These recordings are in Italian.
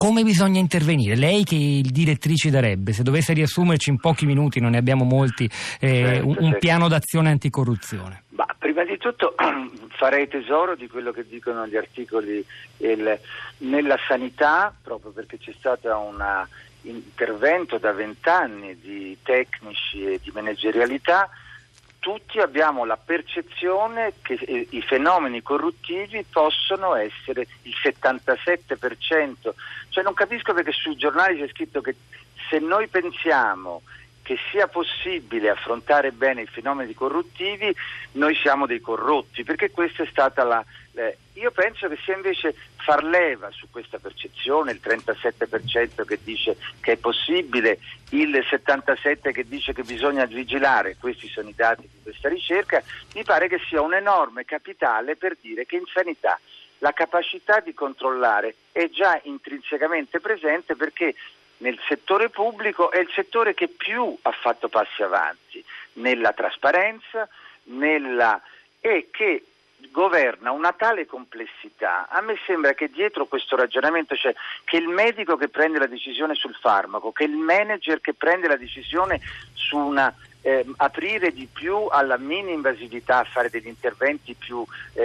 Come bisogna intervenire? Lei che direttrici darebbe? Se dovesse riassumerci in pochi minuti, non ne abbiamo molti, un piano d'azione anticorruzione. Prima di tutto farei tesoro di quello che dicono gli articoli nella sanità, proprio perché c'è stato un intervento da 20 anni di tecnici e di managerialità. Tutti abbiamo la percezione che i fenomeni corruttivi possono essere il 77%, cioè non capisco perché sui giornali c'è scritto che se noi pensiamo che sia possibile affrontare bene i fenomeni corruttivi, noi siamo dei corrotti, perché questa è stata io penso che sia invece far leva su questa percezione, il 37% che dice che è possibile, il 77% che dice che bisogna vigilare, questi sono i dati di questa ricerca, mi pare che sia un enorme capitale per dire che in sanità la capacità di controllare è già intrinsecamente presente, perché nel settore pubblico è il settore che più ha fatto passi avanti nella trasparenza e che governa una tale complessità. A me sembra che dietro questo ragionamento c'è che il medico che prende la decisione sul farmaco, che il manager che prende la decisione su aprire di più alla mini invasività, a fare degli interventi più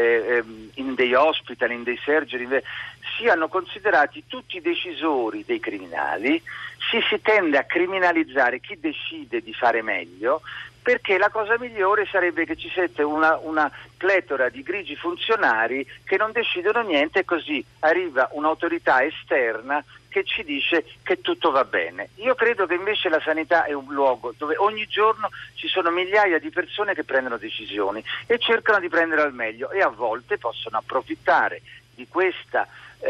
in dei hospital, in dei surgery, siano considerati tutti decisori dei criminali. Si tende a criminalizzare chi decide di fare meglio, perché la cosa migliore sarebbe che ci sia una pletora di grigi funzionari che non decidono niente, e così arriva un'autorità esterna che ci dice che tutto va bene. Io credo che invece la sanità è un luogo dove ogni giorno ci sono migliaia di persone che prendono decisioni e cercano di prendere al meglio, e a volte possono approfittare di questa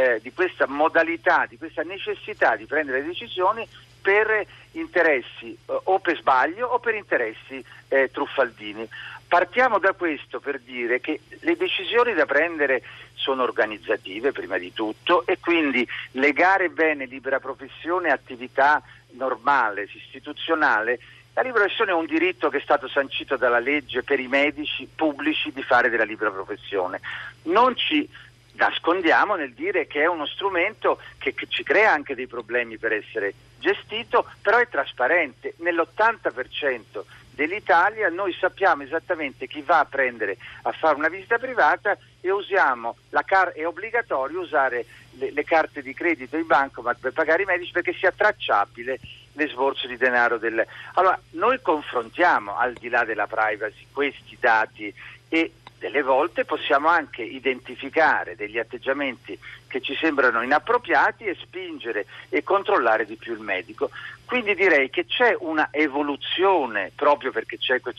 modalità, di questa necessità di prendere decisioni per interessi o per sbaglio o per interessi truffaldini. Partiamo da questo per dire che le decisioni da prendere sono organizzative prima di tutto, e quindi legare bene libera professione e attività normale, istituzionale. La libera professione è un diritto che è stato sancito dalla legge per i medici pubblici di fare della libera professione. Non ci nascondiamo nel dire che è uno strumento che ci crea anche dei problemi per essere gestito, però è trasparente. Nell'80% dell'Italia noi sappiamo esattamente chi va a fare una visita privata, e usiamo è obbligatorio usare le carte di credito e i bancomat per pagare i medici, perché sia tracciabile l'esborso di denaro Allora, noi confrontiamo, al di là della privacy, questi dati, e delle volte possiamo anche identificare degli atteggiamenti che ci sembrano inappropriati e spingere e controllare di più il medico. Quindi direi che c'è una evoluzione, proprio perché c'è questo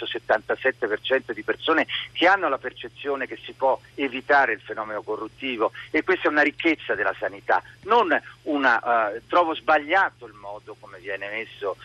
77% di persone che hanno la percezione che si può evitare il fenomeno corruttivo, e questa è una ricchezza della sanità. Trovo sbagliato il modo come viene messo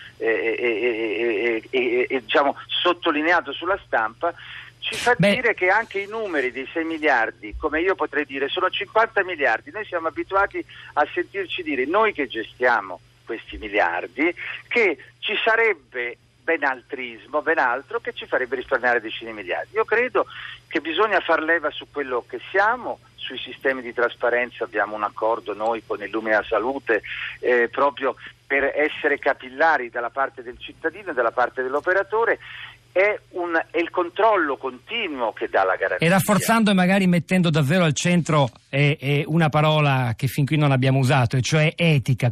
diciamo sottolineato sulla stampa. Ci fa dire che anche i numeri dei 6 miliardi, come io potrei dire, sono 50 miliardi. Noi siamo abituati a sentirci dire, noi che gestiamo questi miliardi, che ci sarebbe ben altro che ci farebbe risparmiare decine di miliardi. Io credo che bisogna far leva su quello che siamo, sui sistemi di trasparenza abbiamo un accordo noi con Illumina Salute, proprio per essere capillari dalla parte del cittadino e dalla parte dell'operatore. È il controllo continuo che dà la garanzia. E rafforzando e magari mettendo davvero al centro una parola che fin qui non abbiamo usato, e cioè etica.